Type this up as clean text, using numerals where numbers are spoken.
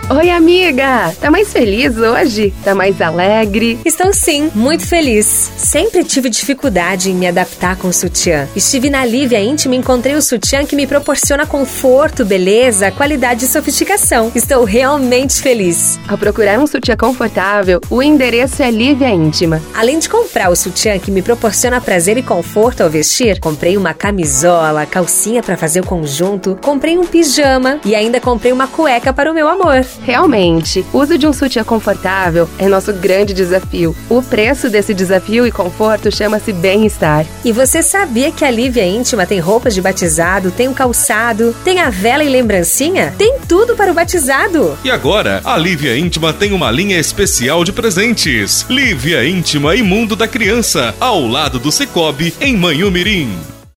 Oi, amiga! Tá mais feliz hoje? Tá mais alegre? Estou sim, muito feliz. Sempre tive dificuldade em me adaptar com o sutiã. Estive na Lívia Íntima e encontrei o sutiã que me proporciona conforto, beleza, qualidade e sofisticação. Estou realmente feliz. Ao procurar um sutiã confortável, o endereço é Lívia Íntima. Além de comprar o sutiã que me proporciona prazer e conforto ao vestir, comprei uma camisola, calcinha para fazer o conjunto, comprei um pijama e ainda comprei uma cueca para o meu amor. Realmente, o uso de um sutiã confortável é nosso grande desafio. O preço desse desafio e conforto chama-se bem-estar. E você sabia que a Lívia Íntima tem roupas de batizado, tem um calçado, tem a vela e lembrancinha? Tem tudo para o batizado! E agora, a Lívia Íntima tem uma linha especial de presentes. Lívia Íntima e Mundo da Criança, ao lado do Sicoob, em Manhumirim.